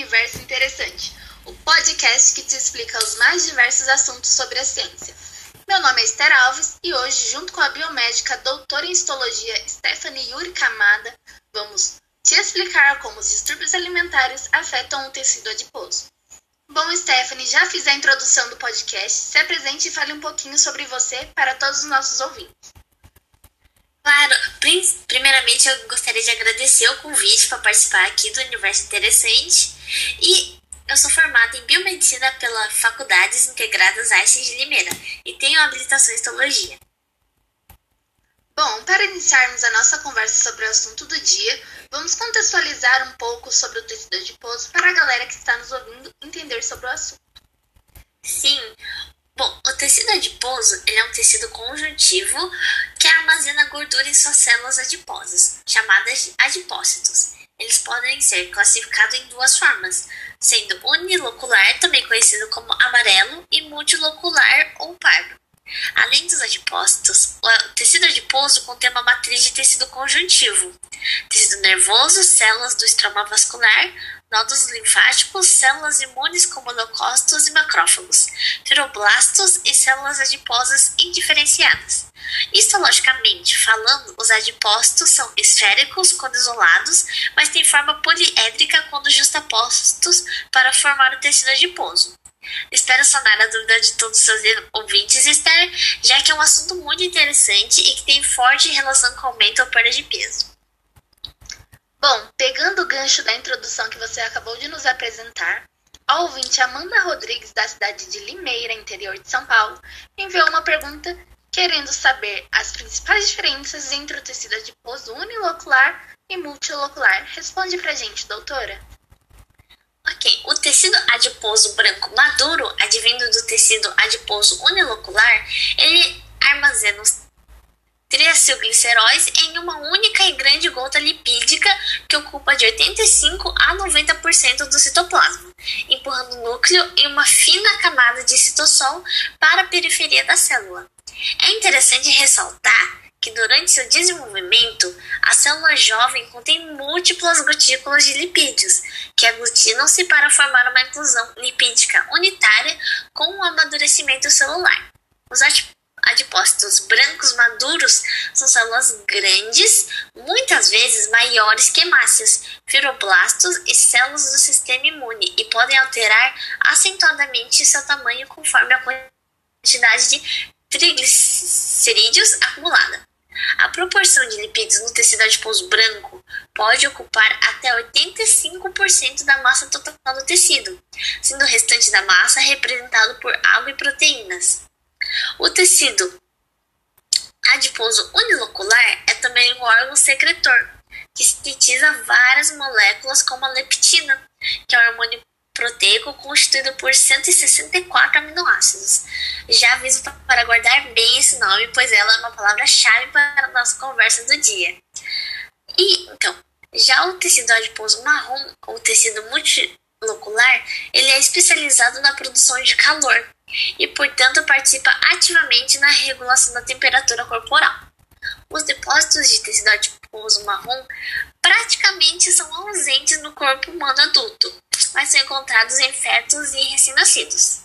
Universo Interessante, o podcast que te explica os mais diversos assuntos sobre a ciência. Meu nome é Esther Alves e hoje, junto com a biomédica doutora em histologia Stephanie Yuri Kamada, vamos te explicar como os distúrbios alimentares afetam o tecido adiposo. Bom, Stephanie, já fiz a introdução do podcast, se apresente e fale um pouquinho sobre você para todos os nossos ouvintes. Claro, primeiramente eu gostaria de agradecer o convite para participar aqui do Universo Interessante e eu sou formada em Biomedicina pela Faculdades Integradas Artes de Limeira e tenho habilitação em Histologia. Bom, para iniciarmos a nossa conversa sobre o assunto do dia, vamos contextualizar um pouco sobre o tecido adiposo para a galera que está nos ouvindo entender sobre o assunto. Sim. Bom, o tecido adiposo ele é um tecido conjuntivo que armazena gordura em suas células adiposas, chamadas de adipócitos. Eles podem ser classificados em duas formas, sendo unilocular, também conhecido como amarelo, e multilocular ou pardo. Além dos adipócitos, o tecido adiposo contém uma matriz de tecido conjuntivo, tecido nervoso, células do estroma vascular, nódulos linfáticos, células imunes como leucócitos e macrófagos, fibroblastos e células adiposas indiferenciadas. Histologicamente falando, os adipócitos são esféricos quando isolados, mas têm forma poliédrica quando justapostos para formar o tecido adiposo. Espero sanar a dúvida de todos os seus ouvintes, Esther, já que é um assunto muito interessante e que tem forte relação com o aumento ou perda de peso. Bom, pegando o gancho da introdução que você acabou de nos apresentar, a ouvinte Amanda Rodrigues, da cidade de Limeira, interior de São Paulo, enviou uma pergunta querendo saber as principais diferenças entre o tecido adiposo unilocular e multilocular. Responde pra gente, doutora. Ok, o tecido adiposo branco maduro, advindo do tecido adiposo unilocular, ele armazena os triacilgliceróis em uma única e grande gota lipídica que ocupa de 85 a 90% do citoplasma, empurrando o núcleo em uma fina camada de citosol para a periferia da célula. É interessante ressaltar que durante seu desenvolvimento, a célula jovem contém múltiplas gotículas de lipídios, que aglutinam-se para formar uma inclusão lipídica unitária com o amadurecimento celular. Os adipócitos brancos maduros são células grandes, muitas vezes maiores que hemácias, fibroblastos e células do sistema imune, e podem alterar acentuadamente seu tamanho conforme a quantidade de triglicerídeos acumulada. A proporção de lipídios no tecido adiposo branco pode ocupar até 85% da massa total do tecido, sendo o restante da massa representado por água e proteínas. O tecido adiposo unilocular é também um órgão secretor, que sintetiza várias moléculas como a leptina, que é um hormônio proteico constituído por 164 aminoácidos. Já aviso para guardar bem esse nome, pois ela é uma palavra-chave para a nossa conversa do dia. E, então, já o tecido adiposo marrom, ou tecido multilocular, ele é especializado na produção de calor e, portanto, participa ativamente na regulação da temperatura corporal. Os depósitos de tecido adiposo marrom praticamente são ausentes no corpo humano adulto, mas são encontrados em fetos e recém-nascidos.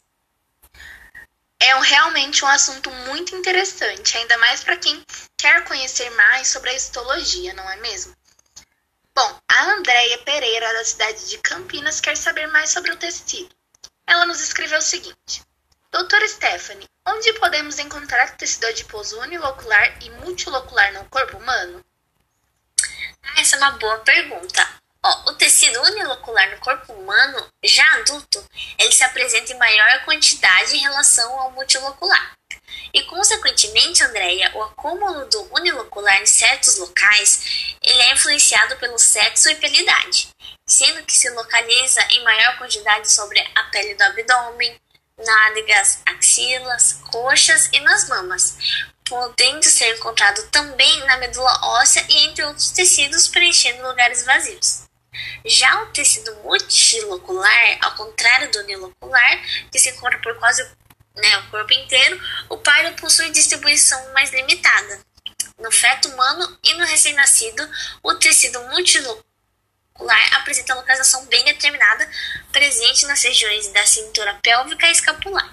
É realmente um assunto muito interessante, ainda mais para quem quer conhecer mais sobre a histologia, não é mesmo? Bom, a Andréia Pereira, da cidade de Campinas, quer saber mais sobre o tecido. Ela nos escreveu o seguinte: doutora Stephanie, onde podemos encontrar tecido adiposo unilocular e multilocular no corpo humano? Essa é uma boa pergunta. O tecido unilocular no corpo humano, já adulto, ele se apresenta em maior quantidade em relação ao multilocular. E, consequentemente, Andréia, o acúmulo do unilocular em certos locais, ele é influenciado pelo sexo e pela idade, sendo que se localiza em maior quantidade sobre a pele do abdômen, nádegas, axilas, coxas e nas mamas, podendo ser encontrado também na medula óssea e entre outros tecidos preenchendo lugares vazios. Já o tecido multilocular, ao contrário do unilocular, que se encontra por quase o corpo inteiro, o pardo possui distribuição mais limitada. No feto humano e no recém-nascido, o tecido multilocular muscular apresenta localização bem determinada, presente nas regiões da cintura pélvica e escapular.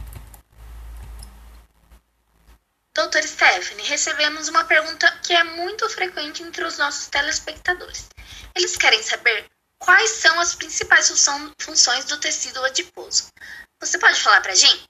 Doutora Stephanie, recebemos uma pergunta que é muito frequente entre os nossos telespectadores. Eles querem saber quais são as principais funções do tecido adiposo. Você pode falar pra gente?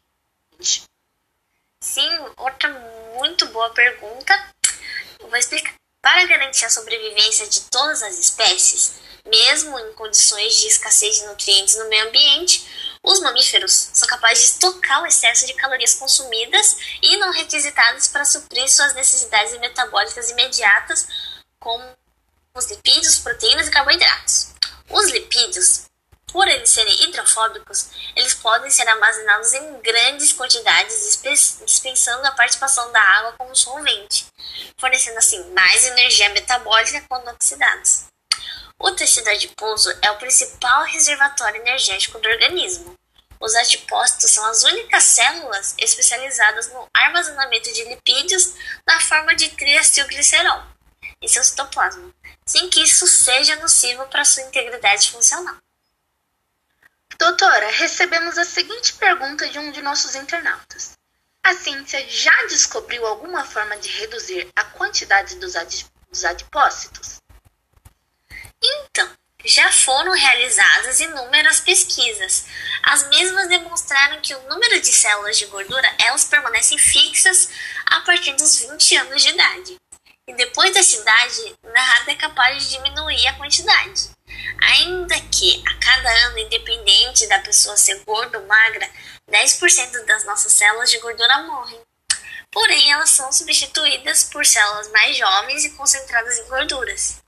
Sim, outra muito boa pergunta. Eu vou explicar. Para garantir a sobrevivência de todas as espécies, mesmo em condições de escassez de nutrientes no meio ambiente, os mamíferos são capazes de estocar o excesso de calorias consumidas e não requisitadas para suprir suas necessidades metabólicas imediatas, como os lipídios, proteínas e carboidratos. Os lipídios, por eles serem hidrofóbicos, eles podem ser armazenados em grandes quantidades, dispensando a participação da água como solvente, fornecendo assim mais energia metabólica quando oxidados. O tecido adiposo é o principal reservatório energético do organismo. Os adipócitos são as únicas células especializadas no armazenamento de lipídios na forma de triacilglicerol em seu citoplasma, sem que isso seja nocivo para sua integridade funcional. Doutora, recebemos a seguinte pergunta de um de nossos internautas. A ciência já descobriu alguma forma de reduzir a quantidade dos adipócitos? Então, já foram realizadas inúmeras pesquisas. As mesmas demonstraram que o número de células de gordura elas permanecem fixas a partir dos 20 anos de idade. E depois dessa idade, nada é capaz de diminuir a quantidade. Ainda que a cada ano, independente da pessoa ser gorda ou magra, 10% das nossas células de gordura morrem. Porém, elas são substituídas por células mais jovens e concentradas em gorduras.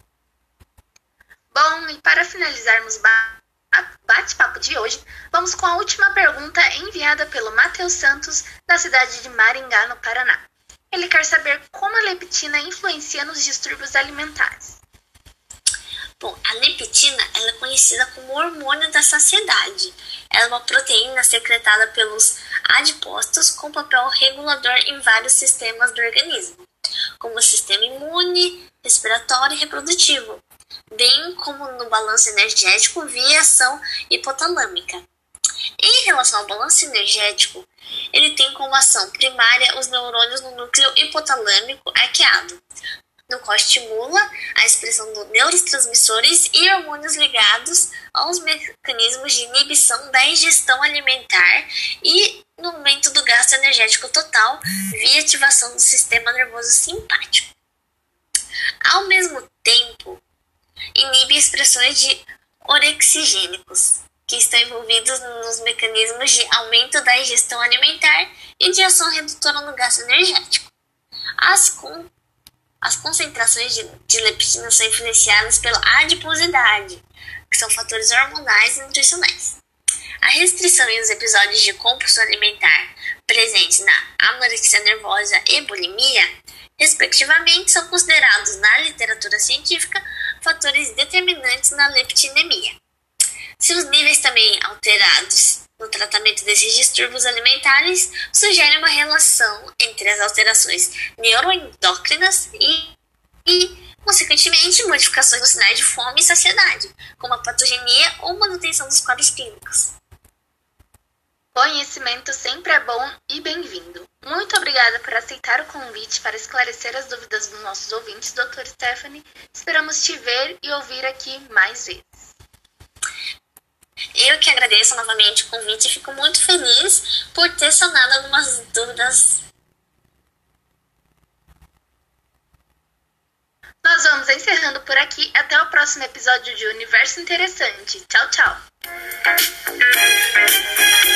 Bom, e para finalizarmos o bate-papo de hoje, vamos com a última pergunta enviada pelo Matheus Santos, da cidade de Maringá, no Paraná. Ele quer saber como a leptina influencia nos distúrbios alimentares. Bom, a leptina ela é conhecida como hormônio da saciedade. Ela é uma proteína secretada pelos adipócitos com papel regulador em vários sistemas do organismo, como o sistema imune, respiratório e reprodutivo, bem como no balanço energético via ação hipotalâmica. Em relação ao balanço energético, ele tem como ação primária os neurônios no núcleo hipotalâmico arqueado, no qual estimula a expressão de neurotransmissores e hormônios ligados aos mecanismos de inibição da ingestão alimentar e no aumento do gasto energético total via ativação do sistema nervoso simpático. Ao mesmo tempo, inibe expressões de orexigênicos, que estão envolvidos nos mecanismos de aumento da ingestão alimentar e de ação redutora no gasto energético. As concentrações de leptina são influenciadas pela adiposidade, que são fatores hormonais e nutricionais. A restrição e os episódios de compulsão alimentar presentes na anorexia nervosa e bulimia, respectivamente, são considerados na literatura científica fatores determinantes na leptinemia. Se os níveis também alterados no tratamento desses distúrbios alimentares sugerem uma relação entre as alterações neuroendócrinas e, consequentemente, modificações nos sinais de fome e saciedade, como a patogenia ou manutenção dos quadros clínicos. Conhecimento sempre é bom e bem-vindo. Muito obrigada por aceitar o convite para esclarecer as dúvidas dos nossos ouvintes, Dr. Stephanie. Esperamos te ver e ouvir aqui mais vezes. Eu que agradeço novamente o convite e fico muito feliz por ter sanado algumas dúvidas. Nós vamos encerrando por aqui. Até o próximo episódio de Universo Interessante. Tchau, tchau!